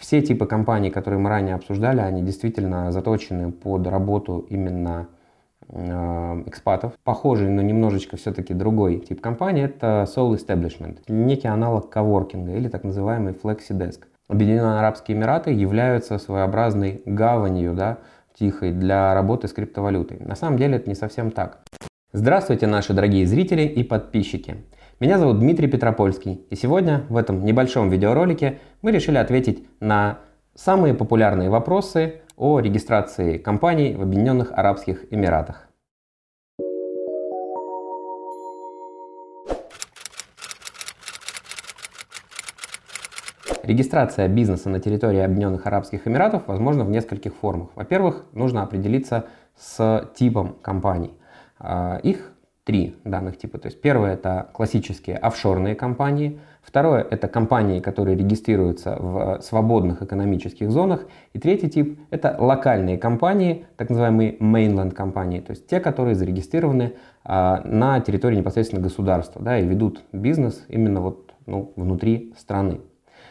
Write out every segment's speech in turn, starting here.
Все типы компаний, которые мы ранее обсуждали, они действительно заточены под работу именно экспатов. Похожий, но немножечко все-таки другой тип компании — это Sole Establishment, некий аналог коворкинга или так называемый FlexiDesk. Объединенные Арабские Эмираты являются своеобразной гаванью, да, тихой для работы с криптовалютой. На самом деле это не совсем так. Здравствуйте, наши дорогие зрители и подписчики. Меня зовут Дмитрий Петропольский, и сегодня в этом небольшом видеоролике мы решили ответить на самые популярные вопросы о регистрации компаний в Объединенных Арабских Эмиратах. Регистрация бизнеса на территории Объединенных Арабских Эмиратов возможна в нескольких формах. Во-первых, нужно определиться с типом компаний. Их три данных типа. То есть первое — это классические офшорные компании. Второе — это компании, которые регистрируются в свободных экономических зонах. И третий тип — это локальные компании, так называемые mainland компании. То есть те, которые зарегистрированы на территории непосредственно государства, да, и ведут бизнес именно внутри страны.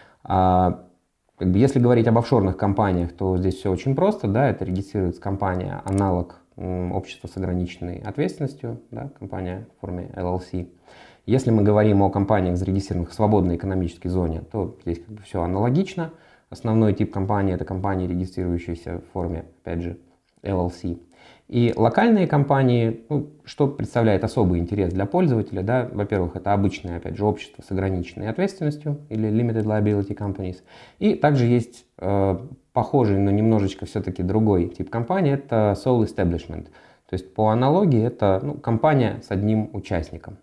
Если говорить об офшорных компаниях, то здесь все очень просто. Да, это регистрируется компания, аналог общества с ограниченной ответственностью, да, компания в форме LLC. Если мы говорим о компаниях, зарегистрированных в свободной экономической зоне, то здесь все аналогично. Основной тип компании — это компании, регистрирующиеся в форме, опять же, LLC. И локальные компании, что представляет особый интерес для пользователя, да, во-первых, это обычное, опять же, общество с ограниченной ответственностью или Limited Liability Companies. И также есть похожий, но немножечко все-таки другой тип компании — это Sole Establishment. То есть по аналогии это компания с одним участником.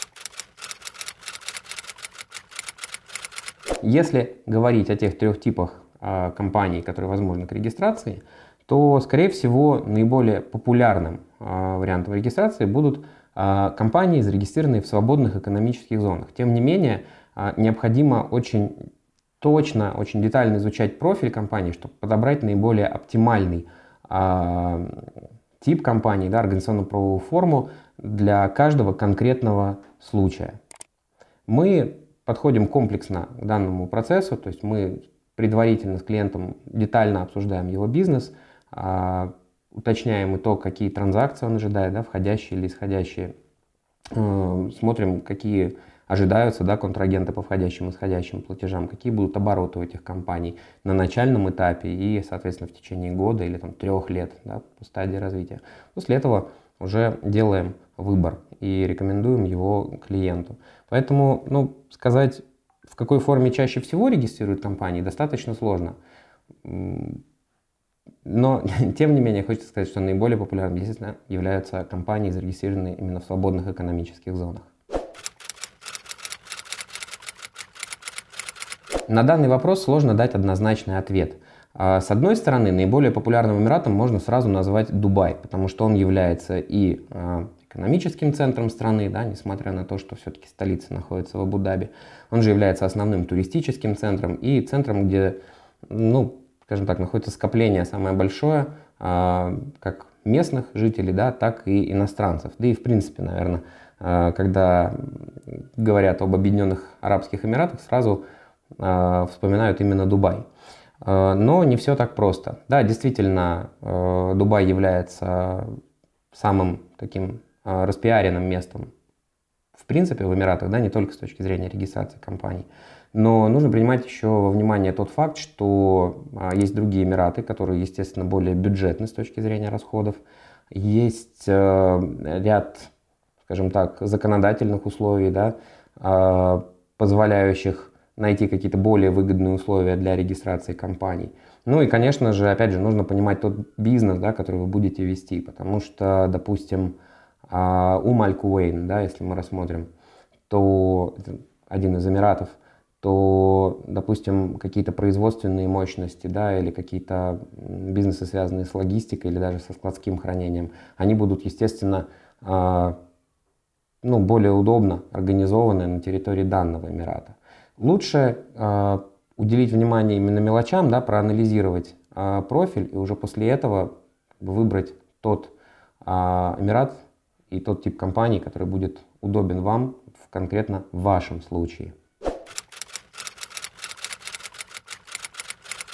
Если говорить о тех трех типах компаний, которые возможны к регистрации, то, скорее всего, наиболее популярным вариантом регистрации будут компании, зарегистрированные в свободных экономических зонах. Тем не менее, необходимо очень точно, очень детально изучать профиль компании, чтобы подобрать наиболее оптимальный тип компании, да, организационно-правовую форму для каждого конкретного случая. Мы подходим комплексно к данному процессу, то есть мы предварительно с клиентом детально обсуждаем его бизнес, уточняем и то, какие транзакции он ожидает, да, входящие или исходящие, смотрим, какие ожидаются, да, контрагенты по входящим и исходящим платежам, какие будут обороты у этих компаний на начальном этапе и, соответственно, в течение года или 3 лет, да, по стадии развития. После этого уже делаем выбор и рекомендуем его клиенту. Поэтому, сказать, в какой форме чаще всего регистрируют компании, достаточно сложно. Но, тем не менее, хочется сказать, что наиболее популярными, естественно, являются компании, зарегистрированные именно в свободных экономических зонах. На данный вопрос сложно дать однозначный ответ. С одной стороны, наиболее популярным Эмиратом можно сразу назвать Дубай, потому что он является и экономическим центром страны, да, несмотря на то, что все-таки столица находится в Абу-Даби. Он же является основным туристическим центром и центром, где, скажем так, находится скопление самое большое, как местных жителей, да, так и иностранцев. Да и в принципе, наверное, когда говорят об Объединенных Арабских Эмиратах, сразу вспоминают именно Дубай. Но не все так просто. Да, действительно, Дубай является самым таким распиаренным местом в принципе в Эмиратах, да, не только с точки зрения регистрации компаний. Но нужно принимать еще во внимание тот факт, что есть другие Эмираты, которые, естественно, более бюджетны с точки зрения расходов. Есть ряд, скажем так, законодательных условий, да, позволяющих найти какие-то более выгодные условия для регистрации компаний. И, конечно же, опять же, нужно понимать тот бизнес, да, который вы будете вести, потому что, допустим, Аль-Кувейн, да, если мы рассмотрим, то один из Эмиратов, то, допустим, какие-то производственные мощности, да, или какие-то бизнесы, связанные с логистикой или даже со складским хранением, они будут, естественно, более удобно организованы на территории данного Эмирата. Лучше уделить внимание именно мелочам, да, проанализировать профиль и уже после этого выбрать тот Эмират и тот тип компании, который будет удобен вам конкретно в вашем случае.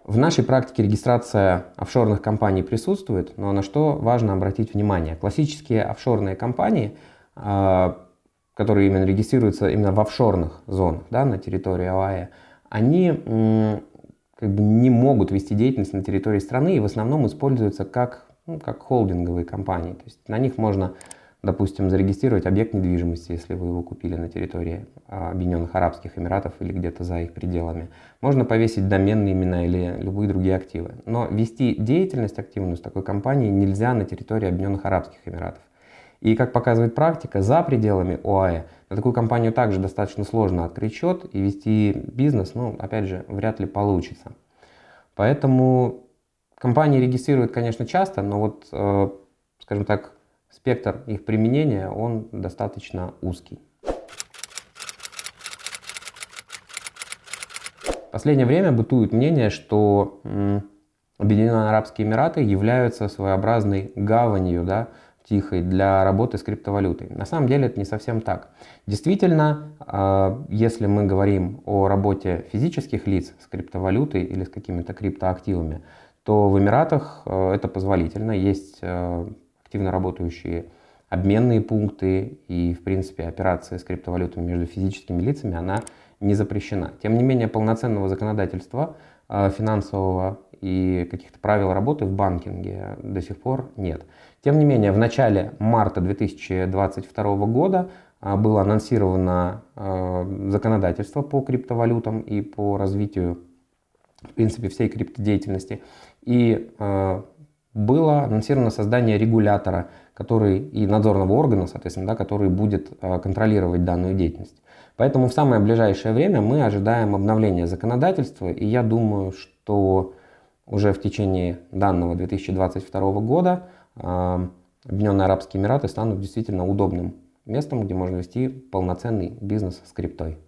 В нашей практике регистрация офшорных компаний присутствует, но на что важно обратить внимание. Классические офшорные компании, которые именно регистрируются именно в офшорных зонах, да, на территории ОАЭ, они не могут вести деятельность на территории страны и в основном используются как холдинговые компании. То есть на них можно, допустим, зарегистрировать объект недвижимости, если вы его купили на территории Объединенных Арабских Эмиратов или где-то за их пределами. Можно повесить доменные имена или любые другие активы. Но вести деятельность активную с такой компанией нельзя на территории Объединенных Арабских Эмиратов. И, как показывает практика, за пределами ОАЭ на такую компанию также достаточно сложно открыть счет и вести бизнес, опять же, вряд ли получится. Поэтому компании регистрируют, конечно, часто, но скажем так, спектр их применения, он достаточно узкий. В последнее время бытует мнение, что Объединенные Арабские Эмираты являются своеобразной гаванью, тихой для работы с криптовалютой. На самом деле это не совсем так. Действительно, если мы говорим о работе физических лиц с криптовалютой или с какими-то криптоактивами, то в Эмиратах это позволительно. Есть активно работающие обменные пункты и, в принципе, операции с криптовалютами между физическими лицами, она не запрещена. Тем не менее, полноценного законодательства финансового и каких-то правил работы в банкинге до сих пор нет. Тем не менее, в начале марта 2022 года было анонсировано законодательство по криптовалютам и по развитию, в принципе, всей криптодеятельности. И было анонсировано создание регулятора, и надзорного органа, соответственно, который будет контролировать данную деятельность. Поэтому в самое ближайшее время мы ожидаем обновления законодательства, и я думаю, что уже в течение данного 2022 года Объединенные Арабские Эмираты станут действительно удобным местом, где можно вести полноценный бизнес с криптой.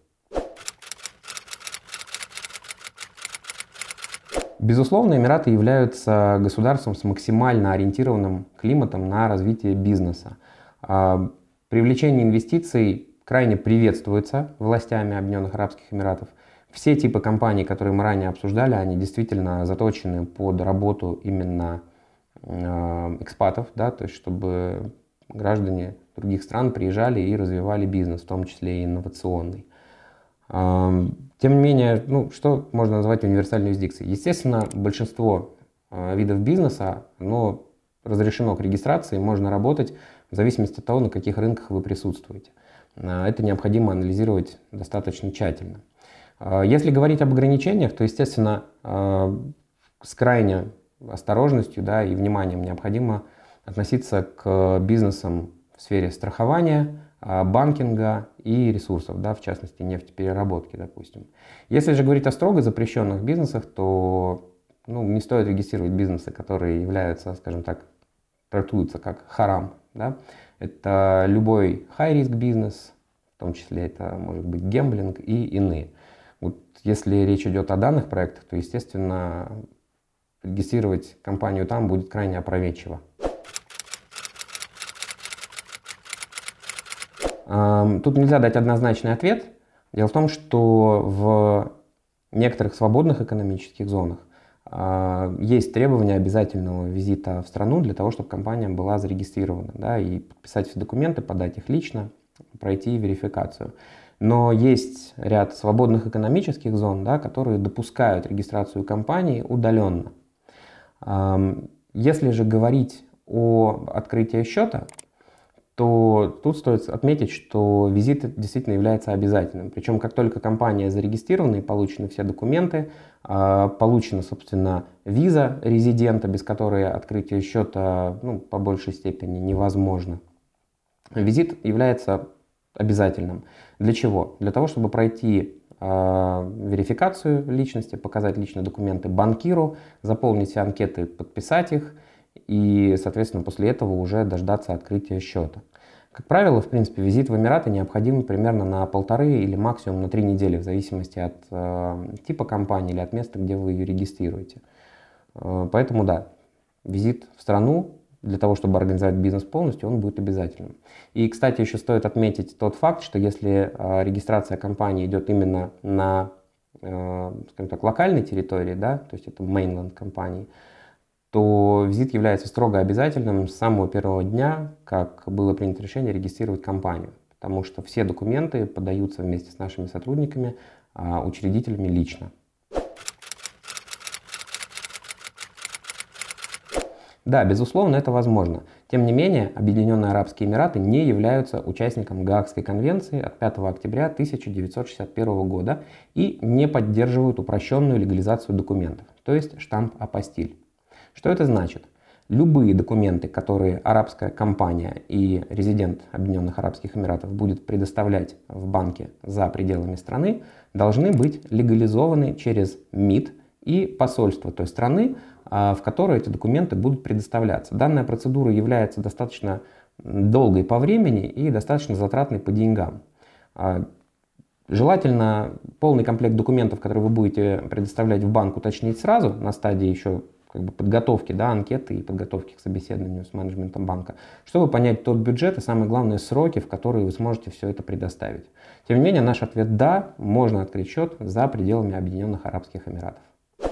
Безусловно, Эмираты являются государством с максимально ориентированным климатом на развитие бизнеса. Привлечение инвестиций крайне приветствуется властями Объединенных Арабских Эмиратов. Все типы компаний, которые мы ранее обсуждали, они действительно заточены под работу именно экспатов, то есть чтобы граждане других стран приезжали и развивали бизнес, в том числе и инновационный. Тем не менее, что можно назвать универсальной юрисдикцией? Естественно, большинство видов бизнеса, разрешено к регистрации, можно работать в зависимости от того, на каких рынках вы присутствуете. Это необходимо анализировать достаточно тщательно. Если говорить об ограничениях, то, естественно, с крайней осторожностью и вниманием необходимо относиться к бизнесам в сфере страхования, банкинга и ресурсов, в частности нефтепереработки, допустим. Если же говорить о строго запрещенных бизнесах, то не стоит регистрировать бизнесы, которые являются, скажем так, трактуются как харам. Это любой high-risk бизнес, в том числе это может быть гэмблинг и иные. Если речь идет о данных проектах, то, естественно, регистрировать компанию там будет крайне опрометчиво. Тут нельзя дать однозначный ответ. Дело в том, что в некоторых свободных экономических зонах есть требования обязательного визита в страну для того, чтобы компания была зарегистрирована, и подписать все документы, подать их лично, пройти верификацию. Но есть ряд свободных экономических зон, которые допускают регистрацию компании удаленно. Если же говорить о открытии счета, то тут стоит отметить, что визит действительно является обязательным. Причем, как только компания зарегистрирована и получены все документы, получена, собственно, виза резидента, без которой открытие счета по большей степени невозможно, визит является обязательным. Для чего? Для того, чтобы пройти верификацию личности, показать личные документы банкиру, заполнить все анкеты, подписать их и, соответственно, после этого уже дождаться открытия счета. Как правило, в принципе, визит в Эмираты необходим примерно на 1,5 или максимум на 3 недели, в зависимости от типа компании или от места, где вы ее регистрируете. Поэтому да, визит в страну для того, чтобы организовать бизнес полностью, он будет обязательным. И, кстати, еще стоит отметить тот факт, что если регистрация компании идет именно на скажем так, локальной территории, да, то есть это mainland компании, то визит является строго обязательным с самого первого дня, как было принято решение регистрировать компанию, потому что все документы подаются вместе с нашими сотрудниками, учредителями лично. Да, безусловно, это возможно. Тем не менее, Объединенные Арабские Эмираты не являются участником Гаагской конвенции от 5 октября 1961 года и не поддерживают упрощенную легализацию документов, то есть штамп-апостиль. Что это значит? Любые документы, которые арабская компания и резидент Объединенных Арабских Эмиратов будет предоставлять в банке за пределами страны, должны быть легализованы через МИД и посольство той страны, в которой эти документы будут предоставляться. Данная процедура является достаточно долгой по времени и достаточно затратной по деньгам. Желательно полный комплект документов, которые вы будете предоставлять в банк, уточнить сразу на стадии еще подготовки, да, анкеты и подготовки к собеседованию с менеджментом банка, чтобы понять тот бюджет и, самое главное, сроки, в которые вы сможете все это предоставить. Тем не менее, наш ответ – да, можно открыть счет за пределами Объединенных Арабских Эмиратов.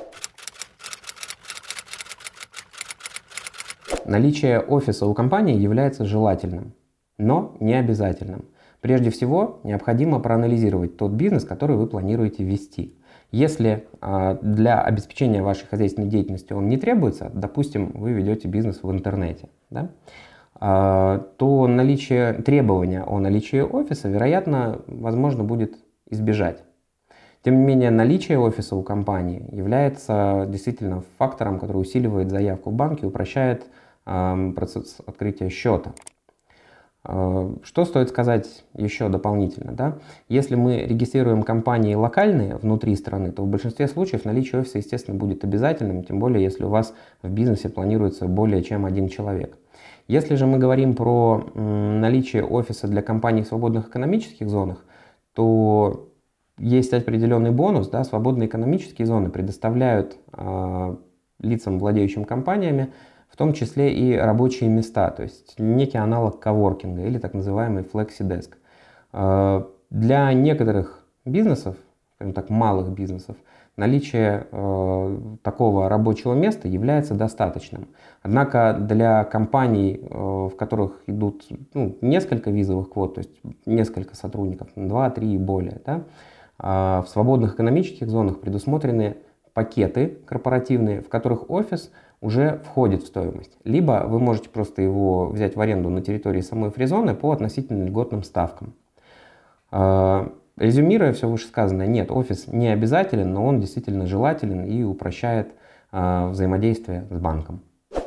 Наличие офиса у компании является желательным, но не обязательным. Прежде всего, необходимо проанализировать тот бизнес, который вы планируете вести. Если для обеспечения вашей хозяйственной деятельности он не требуется, допустим, вы ведете бизнес в интернете, да, то требования о наличии офиса, вероятно, возможно будет избежать. Тем не менее, наличие офиса у компании является действительно фактором, который усиливает заявку в банк и упрощает процесс открытия счета. Что стоит сказать еще дополнительно? Да? Если мы регистрируем компании локальные внутри страны, то в большинстве случаев наличие офиса, естественно, будет обязательным, тем более, если у вас в бизнесе планируется более чем один человек. Если же мы говорим про наличие офиса для компаний в свободных экономических зонах, то есть определенный бонус. Да? Свободные экономические зоны предоставляют лицам, владеющим компаниями, в том числе и рабочие места, то есть некий аналог коворкинга или так называемый flexi-desk. Для некоторых бизнесов, скажем так, малых бизнесов, наличие такого рабочего места является достаточным. Однако для компаний, в которых идут несколько визовых квот, то есть несколько сотрудников, 2, 3 и более, да, в свободных экономических зонах предусмотрены пакеты корпоративные, в которых офис уже входит в стоимость. Либо вы можете просто его взять в аренду на территории самой фризоны по относительно льготным ставкам. Резюмируя все вышесказанное, нет, офис не обязателен, но он действительно желателен и упрощает взаимодействие с банком.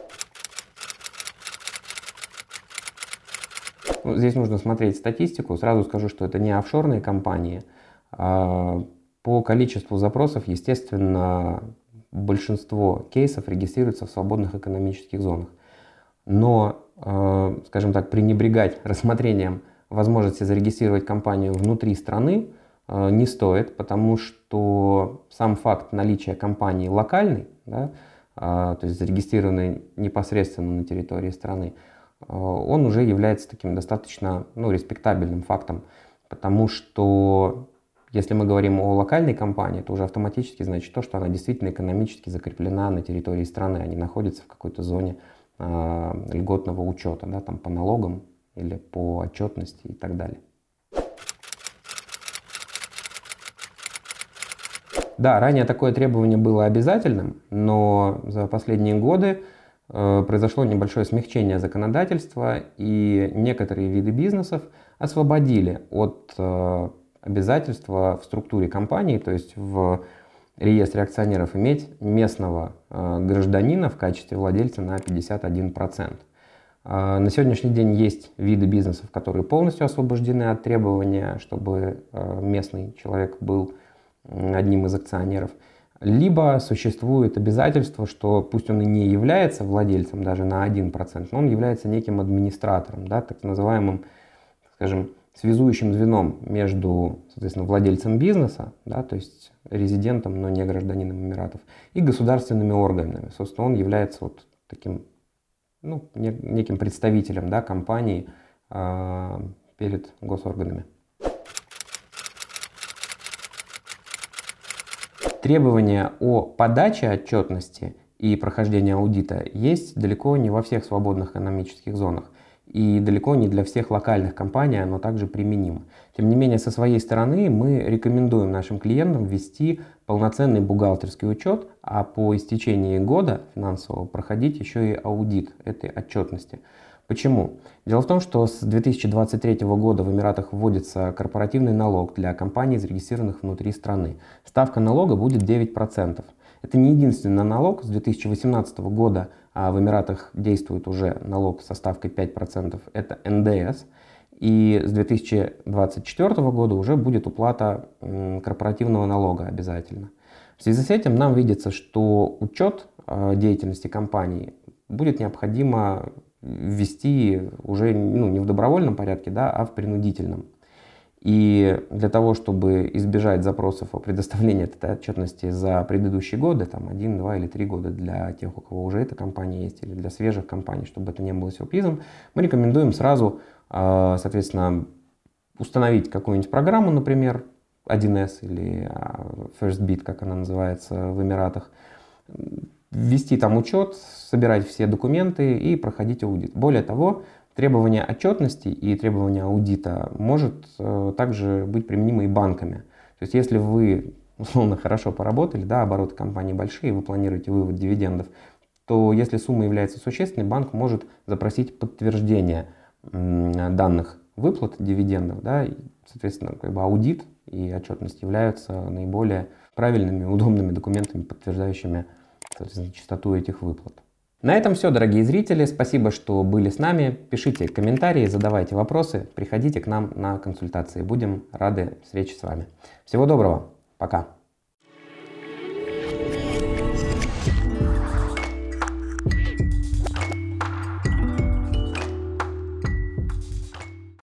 Здесь нужно смотреть статистику. Сразу скажу, что это не офшорные компании. По количеству запросов, естественно, большинство кейсов регистрируется в свободных экономических зонах. Но, скажем так, пренебрегать рассмотрением возможности зарегистрировать компанию внутри страны не стоит, потому что сам факт наличия компании локальной, да, то есть зарегистрированной непосредственно на территории страны, он уже является таким достаточно респектабельным фактом, потому что если мы говорим о локальной компании, то уже автоматически значит то, что она действительно экономически закреплена на территории страны, а не находится в какой-то зоне льготного учета, да, там по налогам или по отчетности и так далее. Да, ранее такое требование было обязательным, но за последние годы произошло небольшое смягчение законодательства, и некоторые виды бизнесов освободили от обязательства в структуре компании, то есть в реестре акционеров, иметь местного гражданина в качестве владельца на 51%. На сегодняшний день есть виды бизнесов, которые полностью освобождены от требования, чтобы местный человек был одним из акционеров. Либо существует обязательство, что пусть он и не является владельцем даже на 1%, но он является неким администратором, да, так называемым, скажем, связующим звеном между, соответственно, владельцем бизнеса, да, то есть резидентом, но не гражданином Эмиратов, и государственными органами. Собственно, он является вот таким, неким представителем, да, компании перед госорганами. требования о подаче отчетности и прохождении аудита есть далеко не во всех свободных экономических зонах. И далеко не для всех локальных компаний оно также применимо. Тем не менее, со своей стороны мы рекомендуем нашим клиентам ввести полноценный бухгалтерский учет, а по истечении года финансового проходить еще и аудит этой отчетности. Почему? Дело в том, что с 2023 года в Эмиратах вводится корпоративный налог для компаний, зарегистрированных внутри страны. Ставка налога будет 9%. Это не единственный налог. С 2018 года в Эмиратах действует уже налог со ставкой 5%. Это НДС. И с 2024 года уже будет уплата корпоративного налога обязательно. В связи с этим нам видится, что учет деятельности компании будет необходимо ввести уже не в добровольном порядке, да, а в принудительном. И для того, чтобы избежать запросов о предоставлении этой отчетности за предыдущие годы, там 1, 2 или 3 года для тех, у кого уже эта компания есть, или для свежих компаний, чтобы это не было сюрпризом, мы рекомендуем сразу, соответственно, установить какую-нибудь программу, например, 1С или FirstBid, как она называется в Эмиратах, ввести там учет, собирать все документы и проходить аудит. Более того, требования отчетности и требования аудита может также быть применимы и банками. То есть если вы, условно, хорошо поработали, да, обороты компании большие, вы планируете вывод дивидендов, то если сумма является существенной, банк может запросить подтверждение данных выплат дивидендов, да, и, соответственно, аудит и отчетность являются наиболее правильными, удобными документами, подтверждающими, соответственно, чистоту этих выплат. На этом все, дорогие зрители. Спасибо, что были с нами. Пишите комментарии, задавайте вопросы, приходите к нам на консультации. Будем рады встрече с вами. Всего доброго. Пока.